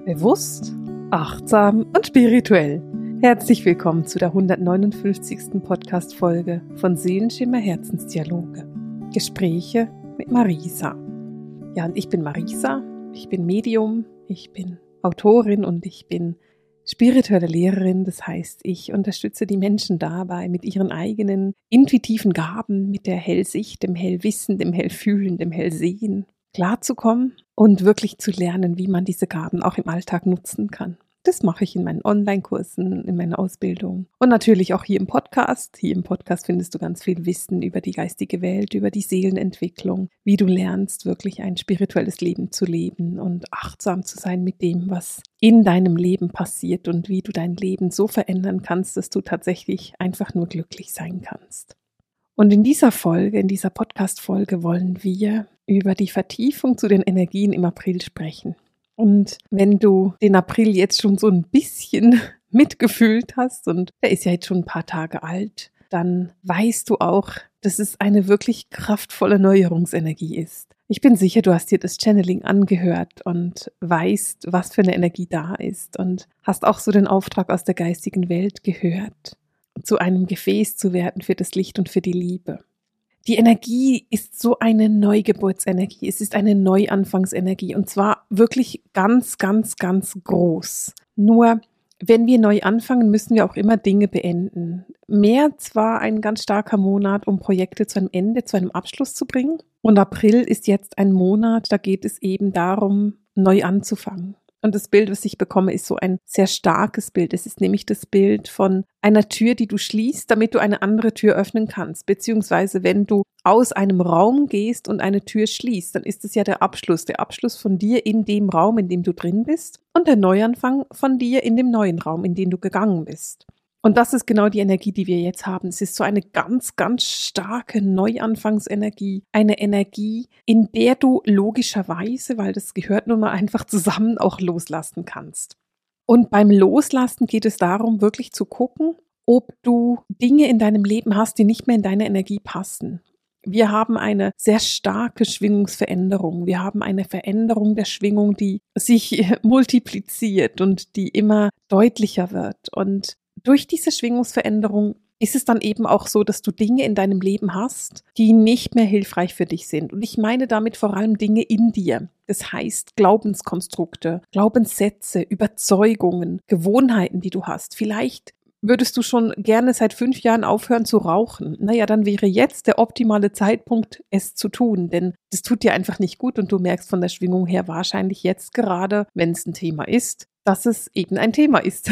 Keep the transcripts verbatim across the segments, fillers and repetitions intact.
Bewusst, achtsam und spirituell. Herzlich willkommen zu der hundertneunundfünfzigsten Podcast-Folge von Seelenschimmer Herzensdialoge. Gespräche mit Marisa. Ja, und ich bin Marisa, ich bin Medium, ich bin Autorin und ich bin spirituelle Lehrerin. Das heißt, ich unterstütze die Menschen dabei, mit ihren eigenen intuitiven Gaben, mit der Hellsicht, dem Hellwissen, dem Hellfühlen, dem Hellsehen klarzukommen und wirklich zu lernen, wie man diese Gaben auch im Alltag nutzen kann. Das mache ich in meinen Online-Kursen, in meiner Ausbildung und natürlich auch hier im Podcast. Hier im Podcast findest du ganz viel Wissen über die geistige Welt, über die Seelenentwicklung, wie du lernst, wirklich ein spirituelles Leben zu leben und achtsam zu sein mit dem, was in deinem Leben passiert und wie du dein Leben so verändern kannst, dass du tatsächlich einfach nur glücklich sein kannst. Und in dieser Folge, in dieser Podcast-Folge wollen wir über die Vertiefung zu den Energien im April sprechen. Und wenn du den April jetzt schon so ein bisschen mitgefühlt hast, und der ist ja jetzt schon ein paar Tage alt, dann weißt du auch, dass es eine wirklich kraftvolle Neuerungsenergie ist. Ich bin sicher, du hast dir das Channeling angehört und weißt, was für eine Energie da ist und hast auch so den Auftrag aus der geistigen Welt gehört, zu einem Gefäß zu werden für das Licht und für die Liebe. Die Energie ist so eine Neugeburtsenergie, es ist eine Neuanfangsenergie und zwar wirklich ganz, ganz, ganz groß. Nur wenn wir neu anfangen, müssen wir auch immer Dinge beenden. März war ein ganz starker Monat, um Projekte zu einem Ende, zu einem Abschluss zu bringen. Und April ist jetzt ein Monat, da geht es eben darum, neu anzufangen. Und das Bild, was ich bekomme, ist so ein sehr starkes Bild. Es ist nämlich das Bild von einer Tür, die du schließt, damit du eine andere Tür öffnen kannst. Beziehungsweise wenn du aus einem Raum gehst und eine Tür schließt, dann ist es ja der Abschluss. Der Abschluss von dir in dem Raum, in dem du drin bist und der Neuanfang von dir in dem neuen Raum, in den du gegangen bist. Und das ist genau die Energie, die wir jetzt haben. Es ist so eine ganz, ganz starke Neuanfangsenergie. Eine Energie, in der du logischerweise, weil das gehört nun mal einfach zusammen, auch loslassen kannst. Und beim Loslassen geht es darum, wirklich zu gucken, ob du Dinge in deinem Leben hast, die nicht mehr in deine Energie passen. Wir haben eine sehr starke Schwingungsveränderung. Wir haben eine Veränderung der Schwingung, die sich multipliziert und die immer deutlicher wird. Und durch diese Schwingungsveränderung ist es dann eben auch so, dass du Dinge in deinem Leben hast, die nicht mehr hilfreich für dich sind. Und ich meine damit vor allem Dinge in dir. Das heißt Glaubenskonstrukte, Glaubenssätze, Überzeugungen, Gewohnheiten, die du hast. Vielleicht würdest du schon gerne seit fünf Jahren aufhören zu rauchen. Naja, dann wäre jetzt der optimale Zeitpunkt, es zu tun. Denn das tut dir einfach nicht gut und du merkst von der Schwingung her wahrscheinlich jetzt gerade, wenn es ein Thema ist, dass es eben ein Thema ist.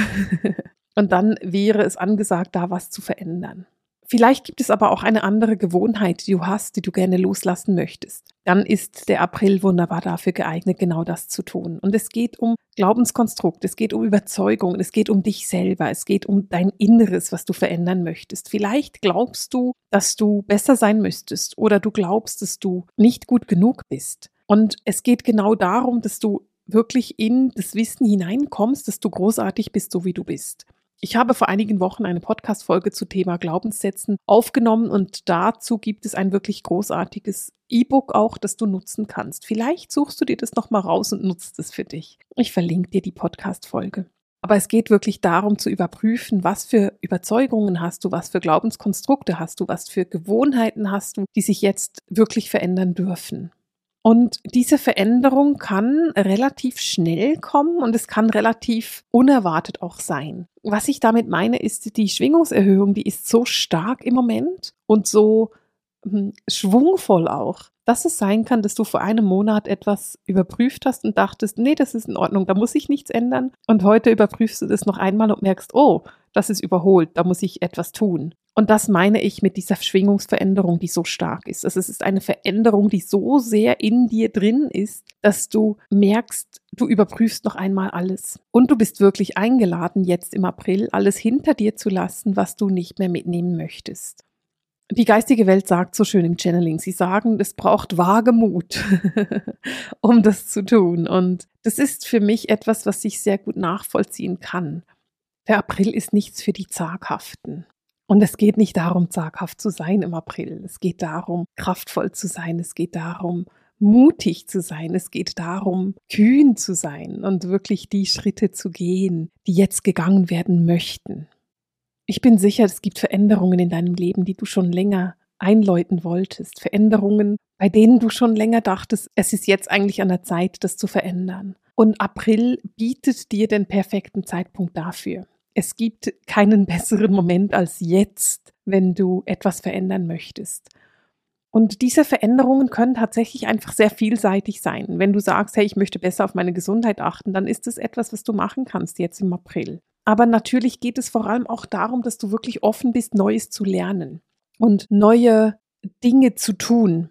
Und dann wäre es angesagt, da was zu verändern. Vielleicht gibt es aber auch eine andere Gewohnheit, die du hast, die du gerne loslassen möchtest. Dann ist der April wunderbar dafür geeignet, genau das zu tun. Und es geht um Glaubenskonstrukt, es geht um Überzeugung, es geht um dich selber, es geht um dein Inneres, was du verändern möchtest. Vielleicht glaubst du, dass du besser sein müsstest oder du glaubst, dass du nicht gut genug bist. Und es geht genau darum, dass du wirklich in das Wissen hineinkommst, dass du großartig bist, so wie du bist. Ich habe vor einigen Wochen eine Podcast-Folge zu Thema Glaubenssätzen aufgenommen und dazu gibt es ein wirklich großartiges E-Book auch, das du nutzen kannst. Vielleicht suchst du dir das nochmal raus und nutzt es für dich. Ich verlinke dir die Podcast-Folge. Aber es geht wirklich darum zu überprüfen, was für Überzeugungen hast du, was für Glaubenskonstrukte hast du, was für Gewohnheiten hast du, die sich jetzt wirklich verändern dürfen. Und diese Veränderung kann relativ schnell kommen und es kann relativ unerwartet auch sein. Was ich damit meine, ist, die Schwingungserhöhung, die ist so stark im Moment und so hm, schwungvoll auch, dass es sein kann, dass du vor einem Monat etwas überprüft hast und dachtest, nee, das ist in Ordnung, da muss ich nichts ändern. Und heute überprüfst du das noch einmal und merkst, oh, das ist überholt, da muss ich etwas tun. Und das meine ich mit dieser Schwingungsveränderung, die so stark ist. Also es ist eine Veränderung, die so sehr in dir drin ist, dass du merkst, du überprüfst noch einmal alles. Und du bist wirklich eingeladen, jetzt im April alles hinter dir zu lassen, was du nicht mehr mitnehmen möchtest. Die geistige Welt sagt so schön im Channeling, sie sagen, es braucht Wagemut, um das zu tun. Und das ist für mich etwas, was ich sehr gut nachvollziehen kann. Der April ist nichts für die Zaghaften. Und es geht nicht darum, zaghaft zu sein im April. Es geht darum, kraftvoll zu sein. Es geht darum, mutig zu sein. Es geht darum, kühn zu sein und wirklich die Schritte zu gehen, die jetzt gegangen werden möchten. Ich bin sicher, es gibt Veränderungen in deinem Leben, die du schon länger einläuten wolltest. Veränderungen, bei denen du schon länger dachtest, es ist jetzt eigentlich an der Zeit, das zu verändern. Und April bietet dir den perfekten Zeitpunkt dafür. Es gibt keinen besseren Moment als jetzt, wenn du etwas verändern möchtest. Und diese Veränderungen können tatsächlich einfach sehr vielseitig sein. Wenn du sagst, hey, ich möchte besser auf meine Gesundheit achten, dann ist das etwas, was du machen kannst jetzt im April. Aber natürlich geht es vor allem auch darum, dass du wirklich offen bist, Neues zu lernen und neue Dinge zu tun.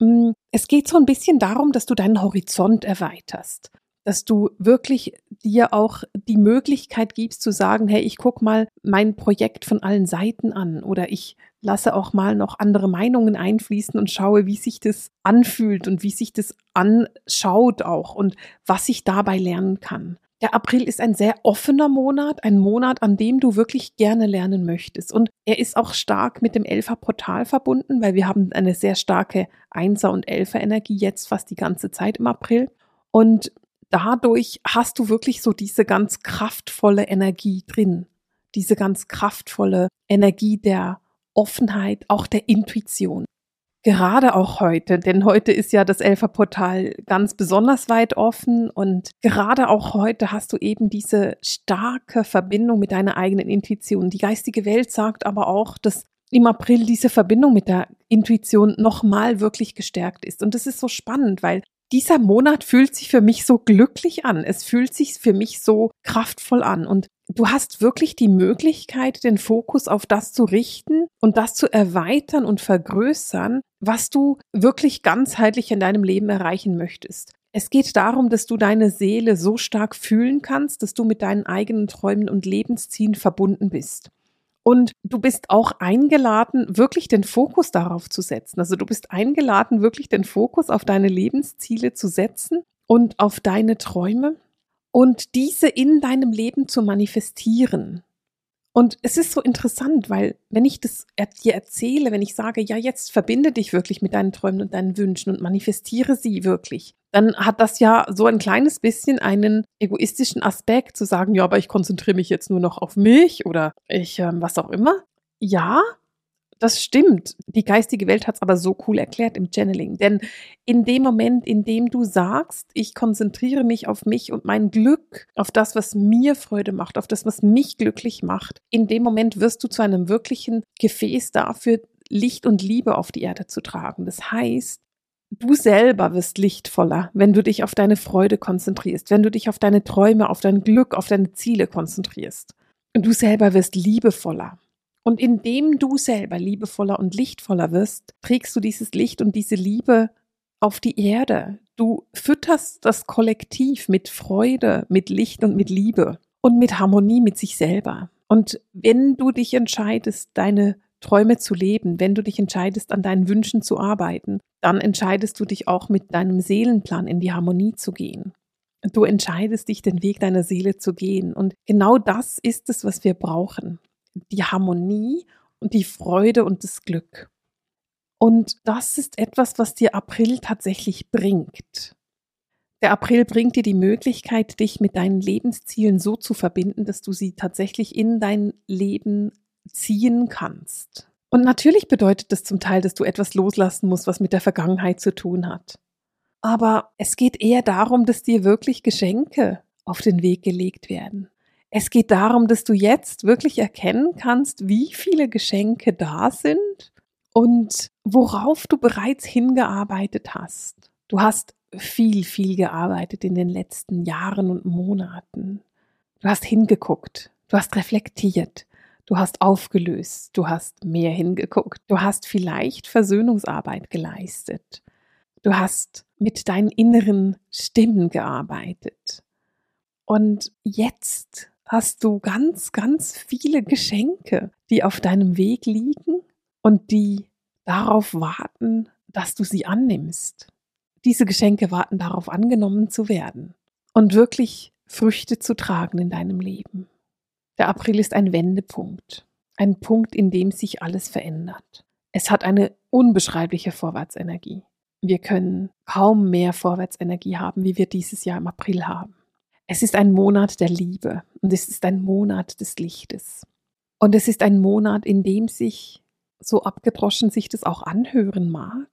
Es geht so ein bisschen darum, dass du deinen Horizont erweiterst, dass du wirklich dir auch die Möglichkeit gibst zu sagen, hey, ich gucke mal mein Projekt von allen Seiten an oder ich lasse auch mal noch andere Meinungen einfließen und schaue, wie sich das anfühlt und wie sich das anschaut auch und was ich dabei lernen kann. Der April ist ein sehr offener Monat, ein Monat, an dem du wirklich gerne lernen möchtest. Und er ist auch stark mit dem Elfer-Portal verbunden, weil wir haben eine sehr starke Einser- und Elfer-Energie jetzt fast die ganze Zeit im April. Und dadurch hast du wirklich so diese ganz kraftvolle Energie drin. Diese ganz kraftvolle Energie der Offenheit, auch der Intuition. Gerade auch heute, denn heute ist ja das Elfer-Portal ganz besonders weit offen und gerade auch heute hast du eben diese starke Verbindung mit deiner eigenen Intuition. Die geistige Welt sagt aber auch, dass im April diese Verbindung mit der Intuition nochmal wirklich gestärkt ist. Und das ist so spannend, weil dieser Monat fühlt sich für mich so glücklich an. Es fühlt sich für mich so kraftvoll an. Und du hast wirklich die Möglichkeit, den Fokus auf das zu richten und das zu erweitern und vergrößern, was du wirklich ganzheitlich in deinem Leben erreichen möchtest. Es geht darum, dass du deine Seele so stark fühlen kannst, dass du mit deinen eigenen Träumen und Lebenszielen verbunden bist. Und du bist auch eingeladen, wirklich den Fokus darauf zu setzen. Also du bist eingeladen, wirklich den Fokus auf deine Lebensziele zu setzen und auf deine Träume und diese in deinem Leben zu manifestieren. Und es ist so interessant, weil wenn ich das dir erzähle, wenn ich sage, ja, jetzt verbinde dich wirklich mit deinen Träumen und deinen Wünschen und manifestiere sie wirklich, dann hat das ja so ein kleines bisschen einen egoistischen Aspekt, zu sagen, ja, aber ich konzentriere mich jetzt nur noch auf mich oder ich, ähm, was auch immer. Ja, das stimmt. Die geistige Welt hat es aber so cool erklärt im Channeling. Denn in dem Moment, in dem du sagst, ich konzentriere mich auf mich und mein Glück, auf das, was mir Freude macht, auf das, was mich glücklich macht, in dem Moment wirst du zu einem wirklichen Gefäß dafür, Licht und Liebe auf die Erde zu tragen. Das heißt, du selber wirst lichtvoller, wenn du dich auf deine Freude konzentrierst, wenn du dich auf deine Träume, auf dein Glück, auf deine Ziele konzentrierst. Und du selber wirst liebevoller. Und indem du selber liebevoller und lichtvoller wirst, trägst du dieses Licht und diese Liebe auf die Erde. Du fütterst das Kollektiv mit Freude, mit Licht und mit Liebe und mit Harmonie mit sich selber. Und wenn du dich entscheidest, deine Träume zu leben, wenn du dich entscheidest, an deinen Wünschen zu arbeiten, dann entscheidest du dich auch mit deinem Seelenplan in die Harmonie zu gehen. Du entscheidest dich, den Weg deiner Seele zu gehen. Und genau das ist es, was wir brauchen. Die Harmonie und die Freude und das Glück. Und das ist etwas, was dir April tatsächlich bringt. Der April bringt dir die Möglichkeit, dich mit deinen Lebenszielen so zu verbinden, dass du sie tatsächlich in dein Leben ziehen kannst. Und natürlich bedeutet das zum Teil, dass du etwas loslassen musst, was mit der Vergangenheit zu tun hat. Aber es geht eher darum, dass dir wirklich Geschenke auf den Weg gelegt werden. Es geht darum, dass du jetzt wirklich erkennen kannst, wie viele Geschenke da sind und worauf du bereits hingearbeitet hast. Du hast viel, viel gearbeitet in den letzten Jahren und Monaten. Du hast hingeguckt, du hast reflektiert, du hast aufgelöst, du hast mehr hingeguckt, du hast vielleicht Versöhnungsarbeit geleistet. Du hast mit deinen inneren Stimmen gearbeitet. Und jetzt hast du ganz, ganz viele Geschenke, die auf deinem Weg liegen und die darauf warten, dass du sie annimmst. Diese Geschenke warten darauf, angenommen zu werden und wirklich Früchte zu tragen in deinem Leben. Der April ist ein Wendepunkt, ein Punkt, in dem sich alles verändert. Es hat eine unbeschreibliche Vorwärtsenergie. wir können kaum mehr Vorwärtsenergie haben, wie wir dieses Jahr im April haben. Es ist ein Monat der Liebe und es ist ein Monat des Lichtes. Und es ist ein Monat, in dem sich, so abgedroschen sich das auch anhören mag,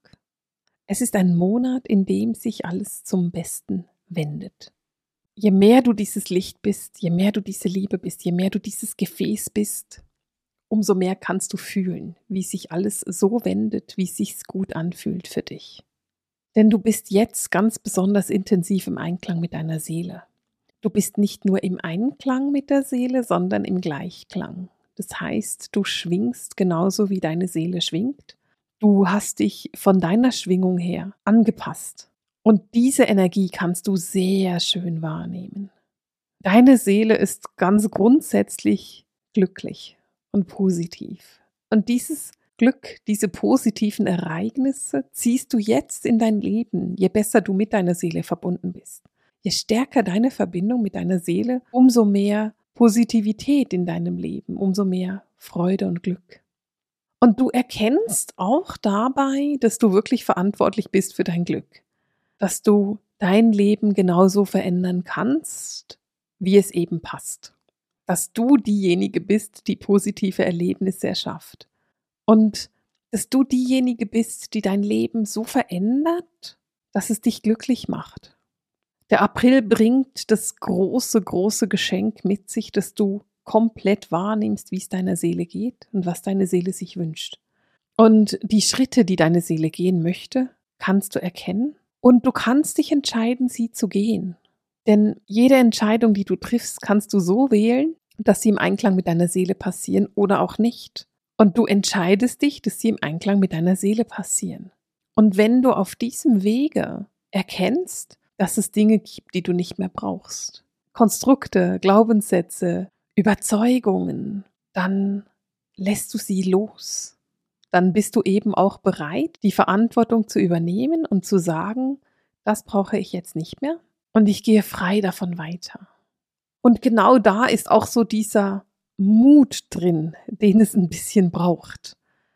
es ist ein Monat, in dem sich alles zum Besten wendet. Je mehr du dieses Licht bist, je mehr du diese Liebe bist, je mehr du dieses Gefäß bist, umso mehr kannst du fühlen, wie sich alles so wendet, wie es sich gut anfühlt für dich. Denn du bist jetzt ganz besonders intensiv im Einklang mit deiner Seele. Du bist nicht nur im Einklang mit der Seele, sondern im Gleichklang. Das heißt, du schwingst genauso, wie deine Seele schwingt. Du hast dich von deiner Schwingung her angepasst. Und diese Energie kannst du sehr schön wahrnehmen. Deine Seele ist ganz grundsätzlich glücklich und positiv. Und dieses Glück, diese positiven Ereignisse ziehst du jetzt in dein Leben, je besser du mit deiner Seele verbunden bist. Je stärker deine Verbindung mit deiner Seele, umso mehr Positivität in deinem Leben, umso mehr Freude und Glück. Und du erkennst auch dabei, dass du wirklich verantwortlich bist für dein Glück, dass du dein Leben genauso verändern kannst, wie es eben passt, dass du diejenige bist, die positive Erlebnisse erschafft und dass du diejenige bist, die dein Leben so verändert, dass es dich glücklich macht. Der April bringt das große, große Geschenk mit sich, dass du komplett wahrnimmst, wie es deiner Seele geht und was deine Seele sich wünscht. Und die Schritte, die deine Seele gehen möchte, kannst du erkennen und du kannst dich entscheiden, sie zu gehen. Denn jede Entscheidung, die du triffst, kannst du so wählen, dass sie im Einklang mit deiner Seele passieren oder auch nicht. Und du entscheidest dich, dass sie im Einklang mit deiner Seele passieren. Und wenn du auf diesem Wege erkennst, dass es Dinge gibt, die du nicht mehr brauchst, Konstrukte, Glaubenssätze, Überzeugungen, dann lässt du sie los. Dann bist du eben auch bereit, die Verantwortung zu übernehmen und zu sagen, das brauche ich jetzt nicht mehr und ich gehe frei davon weiter. Und genau da ist auch so dieser Mut drin, den es ein bisschen braucht.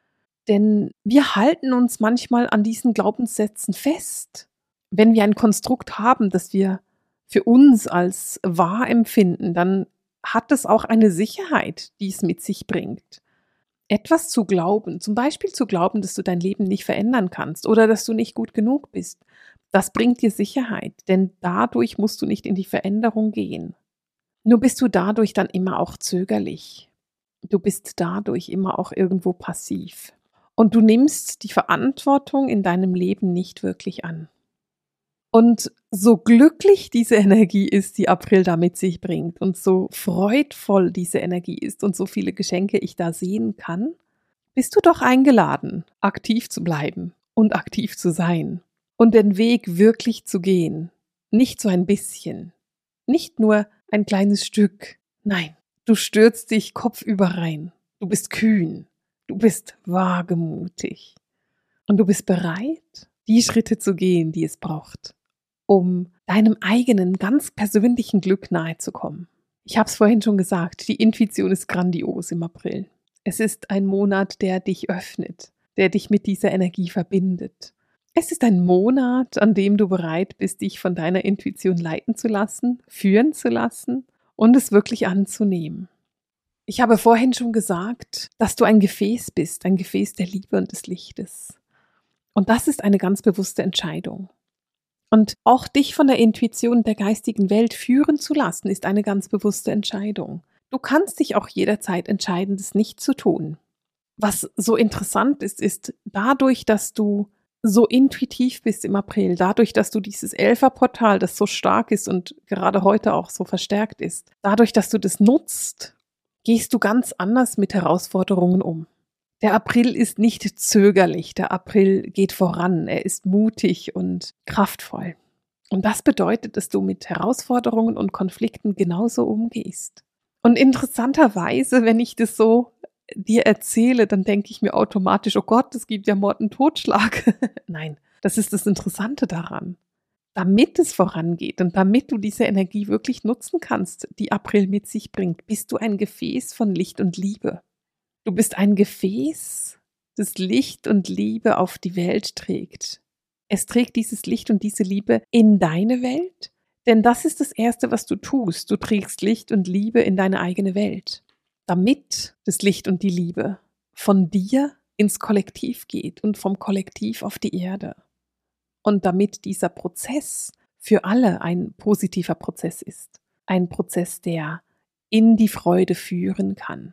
Denn wir halten uns manchmal an diesen Glaubenssätzen fest. Wenn wir ein Konstrukt haben, das wir für uns als wahr empfinden, dann hat es auch eine Sicherheit, die es mit sich bringt. Etwas zu glauben, zum Beispiel zu glauben, dass du dein Leben nicht verändern kannst oder dass du nicht gut genug bist, das bringt dir Sicherheit, denn dadurch musst du nicht in die Veränderung gehen. Nur bist du dadurch dann immer auch zögerlich. Du bist dadurch immer auch irgendwo passiv. Und du nimmst die Verantwortung in deinem Leben nicht wirklich an. Und so glücklich diese Energie ist, die April da mit sich bringt und so freudvoll diese Energie ist und so viele Geschenke ich da sehen kann, bist du doch eingeladen, aktiv zu bleiben und aktiv zu sein und den Weg wirklich zu gehen. Nicht so ein bisschen, nicht nur ein kleines Stück. Nein, du stürzt dich kopfüber rein. Du bist kühn, du bist wagemutig und du bist bereit, die Schritte zu gehen, die es braucht, um deinem eigenen, ganz persönlichen Glück nahe zu kommen. Ich habe es vorhin schon gesagt, die Intuition ist grandios im April. Es ist ein Monat, der dich öffnet, der dich mit dieser Energie verbindet. Es ist ein Monat, an dem du bereit bist, dich von deiner Intuition leiten zu lassen, führen zu lassen und es wirklich anzunehmen. Ich habe vorhin schon gesagt, dass du ein Gefäß bist, ein Gefäß der Liebe und des Lichtes. Und das ist eine ganz bewusste Entscheidung. Und auch dich von der Intuition der geistigen Welt führen zu lassen, ist eine ganz bewusste Entscheidung. Du kannst dich auch jederzeit entscheiden, das nicht zu tun. Was so interessant ist, ist dadurch, dass du so intuitiv bist im April, dadurch, dass du dieses Elferportal, das so stark ist und gerade heute auch so verstärkt ist, dadurch, dass du das nutzt, gehst du ganz anders mit Herausforderungen um. Der April ist nicht zögerlich, der April geht voran, er ist mutig und kraftvoll. Und das bedeutet, dass du mit Herausforderungen und Konflikten genauso umgehst. Und interessanterweise, wenn ich das so dir erzähle, dann denke ich mir automatisch, oh Gott, es gibt ja Mord und Totschlag. Nein, das ist das Interessante daran. Damit es vorangeht und damit du diese Energie wirklich nutzen kannst, die April mit sich bringt, bist du ein Gefäß von Licht und Liebe. Du bist ein Gefäß, das Licht und Liebe auf die Welt trägt. Es trägt dieses Licht und diese Liebe in deine Welt, denn das ist das Erste, was du tust. Du trägst Licht und Liebe in deine eigene Welt, damit das Licht und die Liebe von dir ins Kollektiv geht und vom Kollektiv auf die Erde. Und damit dieser Prozess für alle ein positiver Prozess ist, ein Prozess, der in die Freude führen kann.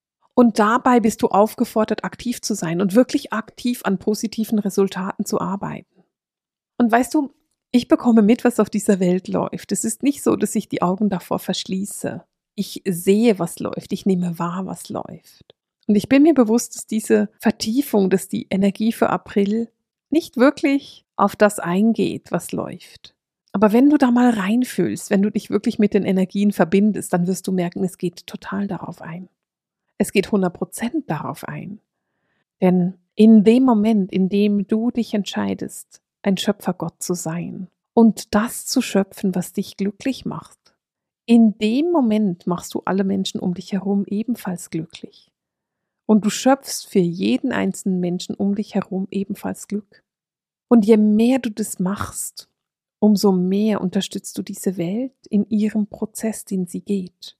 Und dabei bist du aufgefordert, aktiv zu sein und wirklich aktiv an positiven Resultaten zu arbeiten. Und weißt du, ich bekomme mit, was auf dieser Welt läuft. Es ist nicht so, dass ich die Augen davor verschließe. Ich sehe, was läuft. Ich nehme wahr, was läuft. Und ich bin mir bewusst, dass diese Vertiefung, dass die Energie für April nicht wirklich auf das eingeht, was läuft. Aber wenn du da mal reinfühlst, wenn du dich wirklich mit den Energien verbindest, dann wirst du merken, es geht total darauf ein. Es geht hundert Prozent darauf ein. Denn in dem Moment, in dem du dich entscheidest, ein Schöpfergott zu sein und das zu schöpfen, was dich glücklich macht, in dem Moment machst du alle Menschen um dich herum ebenfalls glücklich. Und du schöpfst für jeden einzelnen Menschen um dich herum ebenfalls Glück. Und je mehr du das machst, umso mehr unterstützt du diese Welt in ihrem Prozess, den sie geht.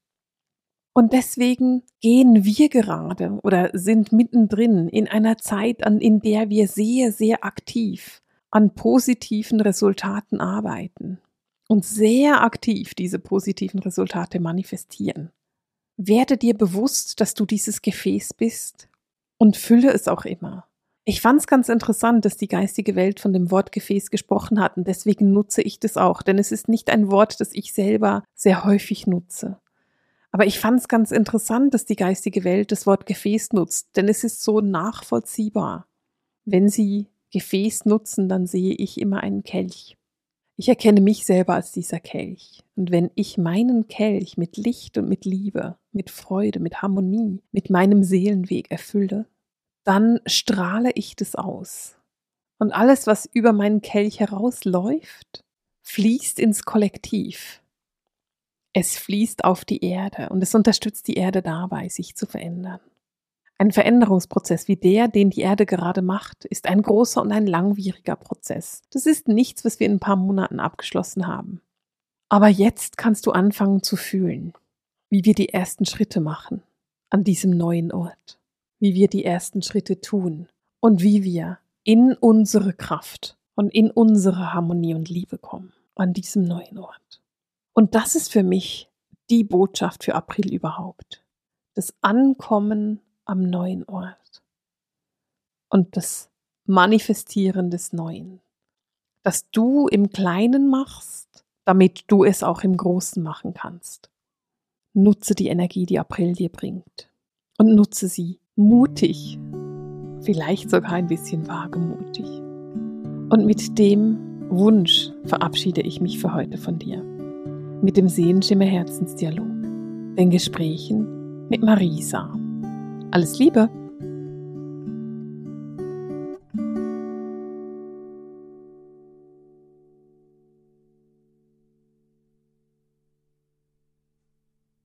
Und deswegen gehen wir gerade oder sind mittendrin in einer Zeit, in der wir sehr, sehr aktiv an positiven Resultaten arbeiten und sehr aktiv diese positiven Resultate manifestieren. Werde dir bewusst, dass du dieses Gefäß bist und fülle es auch immer. Ich fand es ganz interessant, dass die geistige Welt von dem Wort Gefäß gesprochen hat und deswegen nutze ich das auch, denn es ist nicht ein Wort, das ich selber sehr häufig nutze. Aber ich fand es ganz interessant, dass die geistige Welt das Wort Gefäß nutzt, denn es ist so nachvollziehbar. Wenn sie Gefäß nutzen, dann sehe ich immer einen Kelch. Ich erkenne mich selber als dieser Kelch. Und wenn ich meinen Kelch mit Licht und mit Liebe, mit Freude, mit Harmonie, mit meinem Seelenweg erfülle, dann strahle ich das aus. Und alles, was über meinen Kelch herausläuft, fließt ins Kollektiv. Es fließt auf die Erde und es unterstützt die Erde dabei, sich zu verändern. Ein Veränderungsprozess wie der, den die Erde gerade macht, ist ein großer und ein langwieriger Prozess. Das ist nichts, was wir in ein paar Monaten abgeschlossen haben. Aber jetzt kannst du anfangen zu fühlen, wie wir die ersten Schritte machen an diesem neuen Ort, wie wir die ersten Schritte tun und wie wir in unsere Kraft und in unsere Harmonie und Liebe kommen an diesem neuen Ort. Und das ist für mich die Botschaft für April überhaupt. Das Ankommen am neuen Ort und das Manifestieren des Neuen. Das du im Kleinen machst, damit du es auch im Großen machen kannst. Nutze die Energie, die April dir bringt. Und nutze sie mutig, vielleicht sogar ein bisschen wagemutig. Und mit dem Wunsch verabschiede ich mich für heute von dir. Mit dem Seelenschimmer Herzensdialog, den Gesprächen mit Marisa. Alles Liebe!